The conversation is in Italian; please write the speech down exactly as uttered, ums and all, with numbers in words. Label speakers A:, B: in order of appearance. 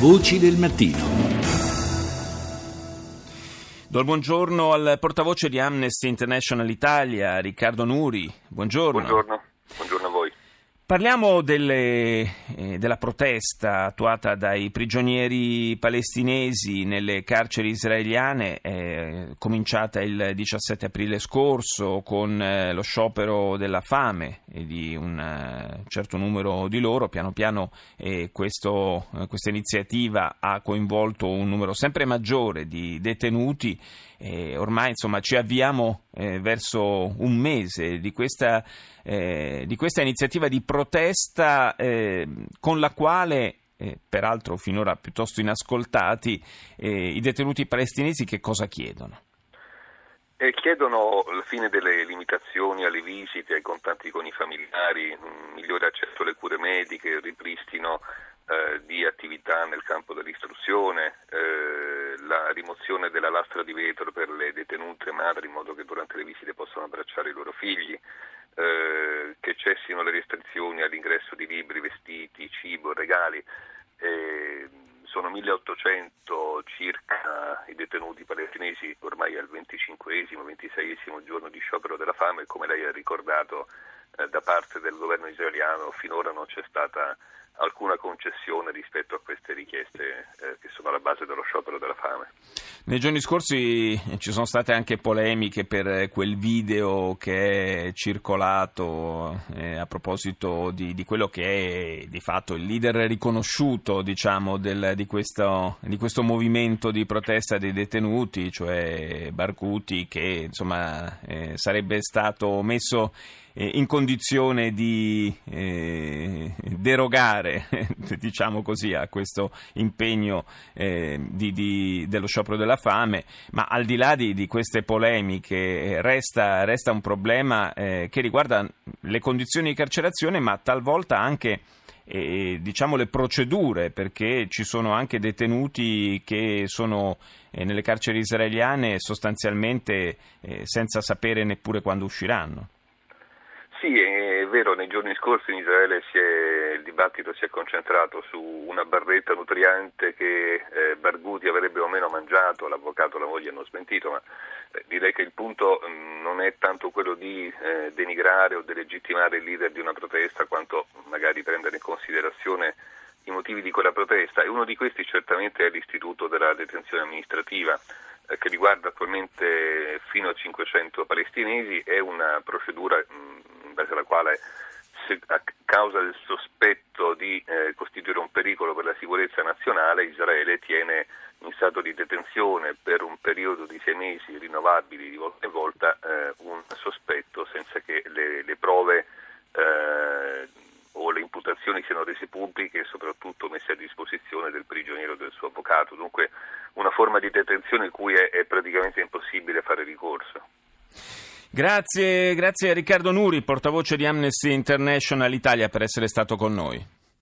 A: Voci del mattino.
B: Do il buongiorno al portavoce di Amnesty International Italia, Riccardo Nuri. Buongiorno.
C: Buongiorno, buongiorno a voi.
B: Parliamo delle, eh, della protesta attuata dai prigionieri palestinesi nelle carceri israeliane, eh, cominciata il diciassette aprile scorso con eh, lo sciopero della fame e di un eh, certo numero di loro. Piano piano eh, questo, eh, questa iniziativa ha coinvolto un numero sempre maggiore di detenuti. Eh, ormai insomma ci avviamo eh, verso un mese di questa, eh, di questa iniziativa di protesta eh, con la quale, eh, peraltro finora piuttosto inascoltati, eh, i detenuti palestinesi che cosa chiedono?
C: E chiedono la fine delle limitazioni alle visite, ai contatti con i familiari, un migliore accesso alle cure mediche, il ripristino eh, di attività nel campo dell'istruzione, eh, la rimozione della lastra di vetro per le detenute madri in modo che durante le visite possano abbracciare i loro figli, eh, che cessino le restrizioni all'ingresso di libri, vestiti, cibo, regali. Eh, sono milleottocento circa i detenuti palestinesi ormai al venticinquesimo, ventiseiesimo giorno di sciopero della fame e, come lei ha ricordato, eh, da parte del governo israeliano finora non c'è stata alcuna concessione rispetto a queste richieste eh, che sono alla base dello sciopero della fame.
B: Nei giorni scorsi ci sono state anche polemiche per quel video che è circolato eh, a proposito di, di quello che è di fatto il leader riconosciuto, diciamo, del, di, questo, di questo movimento di protesta dei detenuti, cioè Barghouti, che insomma eh, sarebbe stato messo in condizione di eh, derogare, diciamo così, a questo impegno eh, di, di, dello sciopero della fame. Ma al di là di, di queste polemiche resta, resta un problema eh, che riguarda le condizioni di carcerazione, ma talvolta anche eh, diciamo le procedure, perché ci sono anche detenuti che sono eh, nelle carceri israeliane sostanzialmente eh, senza sapere neppure quando usciranno.
C: Sì, è vero, nei giorni scorsi in Israele si è, il dibattito si è concentrato su una barretta nutriente che eh, Barghouti avrebbe o meno mangiato, l'avvocato e la moglie hanno smentito, ma eh, direi che il punto mh, non è tanto quello di eh, denigrare o delegittimare il leader di una protesta, quanto magari prendere in considerazione i motivi di quella protesta, e uno di questi certamente è l'istituto della detenzione amministrativa, eh, che riguarda attualmente fino a cinquecento palestinesi. È una procedura mh, in base alla quale, se a causa del sospetto di eh, costituire un pericolo per la sicurezza nazionale, Israele tiene in stato di detenzione per un periodo di sei mesi rinnovabili di volta in volta eh, un sospetto senza che le, le prove eh, o le imputazioni siano rese pubbliche e soprattutto messe a disposizione del prigioniero e del suo avvocato. Dunque una forma di detenzione in cui è, è praticamente impossibile fare ricorso.
B: Grazie, grazie a Riccardo Nuri, portavoce di Amnesty International Italia, per essere stato con noi.